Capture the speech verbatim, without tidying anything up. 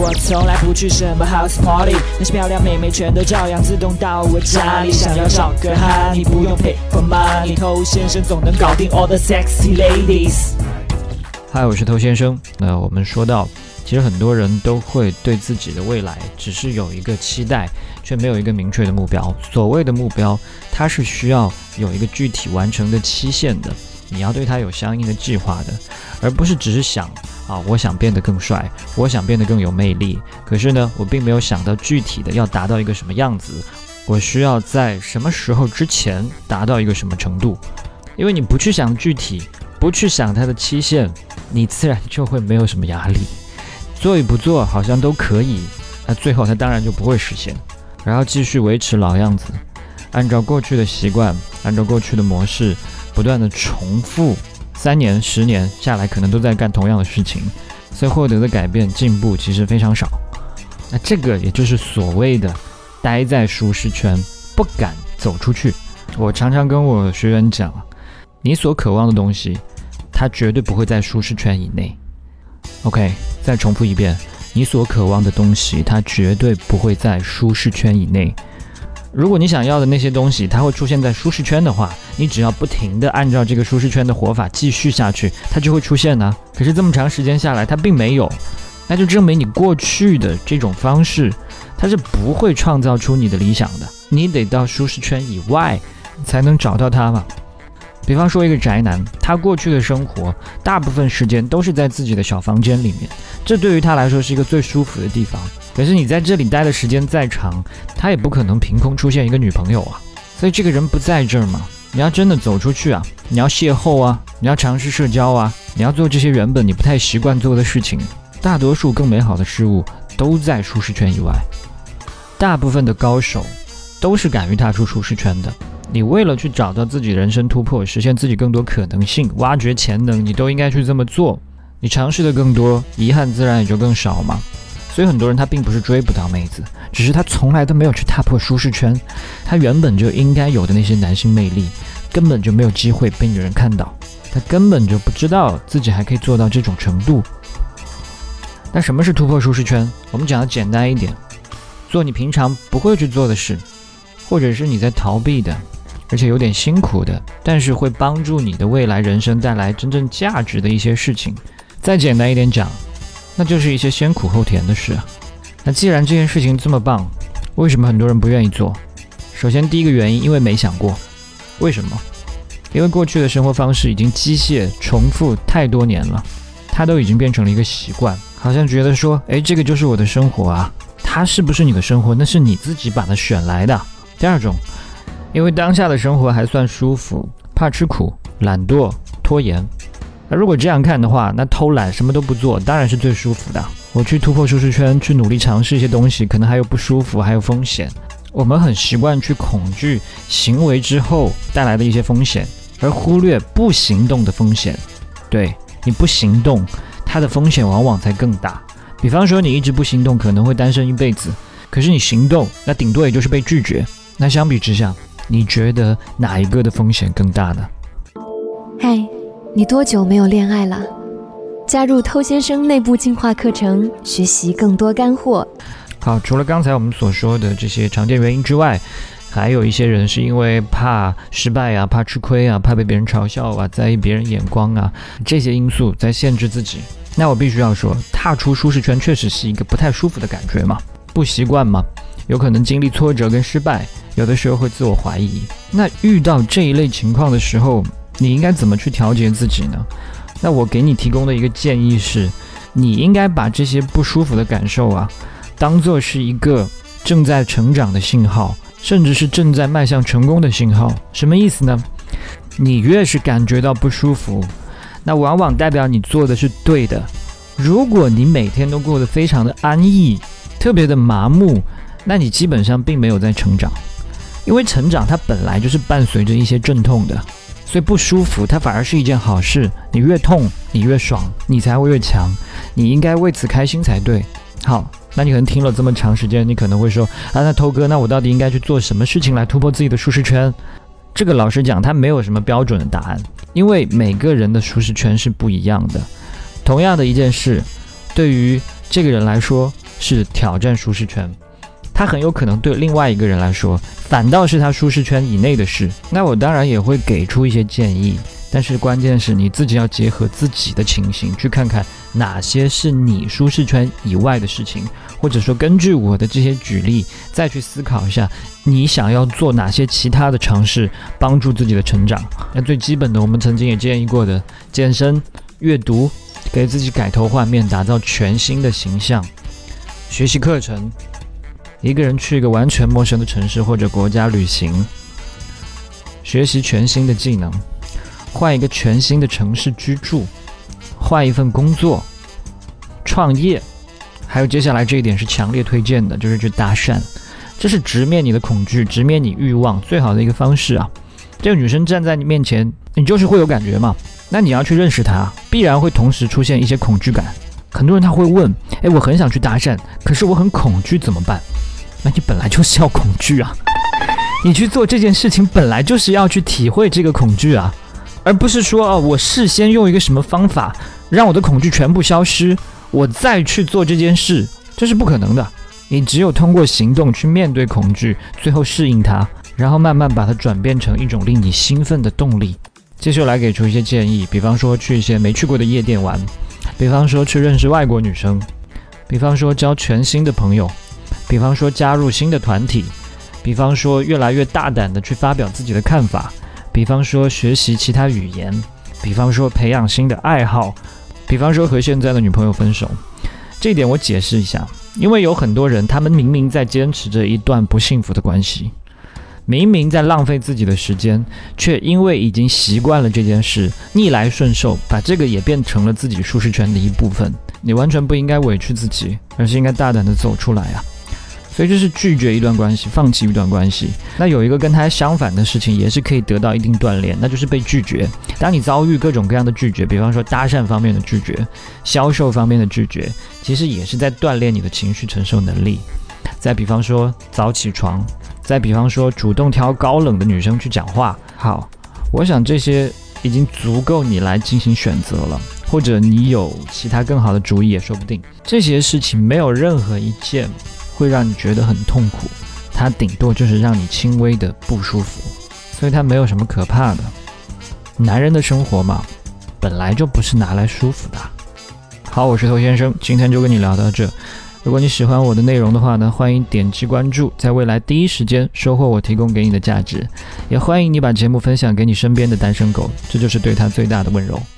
我从来不去什么 house party， 那些漂亮妹妹全都照样自动到我家里。想要找个哈，你不用 pay for money， 偷先生总能搞定 all the sexy ladies。 嗨，我是偷先生。那我们说到，其实很多人都会对自己的未来只是有一个期待，却没有一个明确的目标。所谓的目标，它是需要有一个具体完成的期限的，你要对它有相应的计划的，而不是只是想啊，我想变得更帅，我想变得更有魅力，可是呢，我并没有想到具体的要达到一个什么样子，我需要在什么时候之前达到一个什么程度。因为你不去想具体，不去想它的期限，你自然就会没有什么压力。做与不做好像都可以，那最后它当然就不会实现，然后继续维持老样子，按照过去的习惯，按照过去的模式，不断的重复，三年、十年下来，可能都在干同样的事情，所以获得的改变、进步其实非常少。那这个也就是所谓的待在舒适圈，不敢走出去。我常常跟我学员讲，你所渴望的东西，它绝对不会在舒适圈以内。OK， 再重复一遍，你所渴望的东西，它绝对不会在舒适圈以内。如果你想要的那些东西，它会出现在舒适圈的话，你只要不停地按照这个舒适圈的活法继续下去，它就会出现啊。可是这么长时间下来，它并没有，那就证明你过去的这种方式，它是不会创造出你的理想的。你得到舒适圈以外，才能找到它嘛。比方说一个宅男，他过去的生活大部分时间都是在自己的小房间里面，这对于他来说是一个最舒服的地方。可是你在这里待的时间再长，他也不可能凭空出现一个女朋友啊。所以这个人不在这儿嘛，你要真的走出去啊，你要邂逅啊，你要尝试社交啊，你要做这些原本你不太习惯做的事情。大多数更美好的事物都在舒适圈以外，大部分的高手都是敢于踏出舒适圈的。你为了去找到自己人生突破，实现自己更多可能性，挖掘潜能，你都应该去这么做。你尝试的更多，遗憾自然也就更少嘛。所以很多人他并不是追不到妹子，只是他从来都没有去踏破舒适圈，他原本就应该有的那些男性魅力根本就没有机会被女人看到，他根本就不知道自己还可以做到这种程度。那什么是突破舒适圈？我们讲的简单一点，做你平常不会去做的事，或者是你在逃避的，而且有点辛苦的，但是会帮助你的未来人生带来真正价值的一些事情。再简单一点讲，那就是一些先苦后甜的事啊。那既然这件事情这么棒，为什么很多人不愿意做？首先第一个原因，因为没想过。为什么？因为过去的生活方式已经机械重复太多年了，它都已经变成了一个习惯，好像觉得说，诶，这个就是我的生活啊。它是不是你的生活？那是你自己把它选来的。第二种，因为当下的生活还算舒服，怕吃苦，懒惰，拖延。而如果这样看的话，那偷懒什么都不做当然是最舒服的。我去突破舒适圈，去努力尝试一些东西，可能还有不舒服，还有风险。我们很习惯去恐惧行为之后带来的一些风险，而忽略不行动的风险。对，你不行动，它的风险往往才更大。比方说你一直不行动，可能会单身一辈子，可是你行动，那顶多也就是被拒绝。那相比之下，你觉得哪一个的风险更大呢？ 嗨，你多久没有恋爱了？加入偷先生内部进化课程，学习更多干货。 好，除了刚才我们所说的这些常见原因之外，还有一些人是因为怕失败啊，怕吃亏啊，怕被别人嘲笑啊，在意别人眼光啊，这些因素在限制自己。那我必须要说，踏出舒适圈确实是一个不太舒服的感觉嘛，不习惯嘛，有可能经历挫折跟失败，有的时候会自我怀疑。那遇到这一类情况的时候，你应该怎么去调节自己呢？那我给你提供的一个建议是，你应该把这些不舒服的感受啊，当作是一个正在成长的信号，甚至是正在迈向成功的信号。什么意思呢？你越是感觉到不舒服，那往往代表你做的是对的。如果你每天都过得非常的安逸，特别的麻木，那你基本上并没有在成长。因为成长它本来就是伴随着一些阵痛的，所以不舒服它反而是一件好事。你越痛你越爽，你才会越强，你应该为此开心才对。好，那你可能听了这么长时间，你可能会说啊，那偷哥，那我到底应该去做什么事情来突破自己的舒适圈？这个老实讲，它没有什么标准的答案，因为每个人的舒适圈是不一样的。同样的一件事，对于这个人来说是挑战舒适圈，它很有可能对另外一个人来说反倒是他舒适圈以内的事。那我当然也会给出一些建议，但是关键是你自己要结合自己的情形去看看哪些是你舒适圈以外的事情，或者说根据我的这些举例再去思考一下你想要做哪些其他的尝试帮助自己的成长。那最基本的我们曾经也建议过的健身、阅读，给自己改头换面，打造全新的形象，学习课程，一个人去一个完全陌生的城市或者国家旅行，学习全新的技能，换一个全新的城市居住，换一份工作，创业，还有接下来这一点是强烈推荐的，就是去搭讪。这是直面你的恐惧，直面你欲望最好的一个方式啊！这个女生站在你面前，你就是会有感觉嘛，那你要去认识她，必然会同时出现一些恐惧感。很多人他会问，诶，我很想去搭讪，可是我很恐惧怎么办？那你本来就是要恐惧啊，你去做这件事情本来就是要去体会这个恐惧啊，而不是说哦，我事先用一个什么方法让我的恐惧全部消失，我再去做这件事，这是不可能的。你只有通过行动去面对恐惧，最后适应它，然后慢慢把它转变成一种令你兴奋的动力。接下来给出一些建议，比方说去一些没去过的夜店玩，比方说去认识外国女生，比方说交全新的朋友，比方说加入新的团体，比方说越来越大胆的去发表自己的看法，比方说学习其他语言，比方说培养新的爱好，比方说和现在的女朋友分手。这一点我解释一下，因为有很多人他们明明在坚持着一段不幸福的关系，明明在浪费自己的时间，却因为已经习惯了这件事，逆来顺受，把这个也变成了自己舒适圈的一部分。你完全不应该委屈自己，而是应该大胆的走出来啊！所以这是拒绝一段关系，放弃一段关系。那有一个跟它相反的事情，也是可以得到一定锻炼，那就是被拒绝。当你遭遇各种各样的拒绝，比方说搭讪方面的拒绝，销售方面的拒绝，其实也是在锻炼你的情绪承受能力。再比方说早起床，再比方说主动挑高冷的女生去讲话。好，我想这些已经足够你来进行选择了，或者你有其他更好的主意也说不定。这些事情没有任何一件会让你觉得很痛苦，它顶多就是让你轻微的不舒服，所以它没有什么可怕的。男人的生活嘛，本来就不是拿来舒服的。好，我是头先生，今天就跟你聊到这。如果你喜欢我的内容的话呢，欢迎点击关注，在未来第一时间收获我提供给你的价值。也欢迎你把节目分享给你身边的单身狗，这就是对他最大的温柔。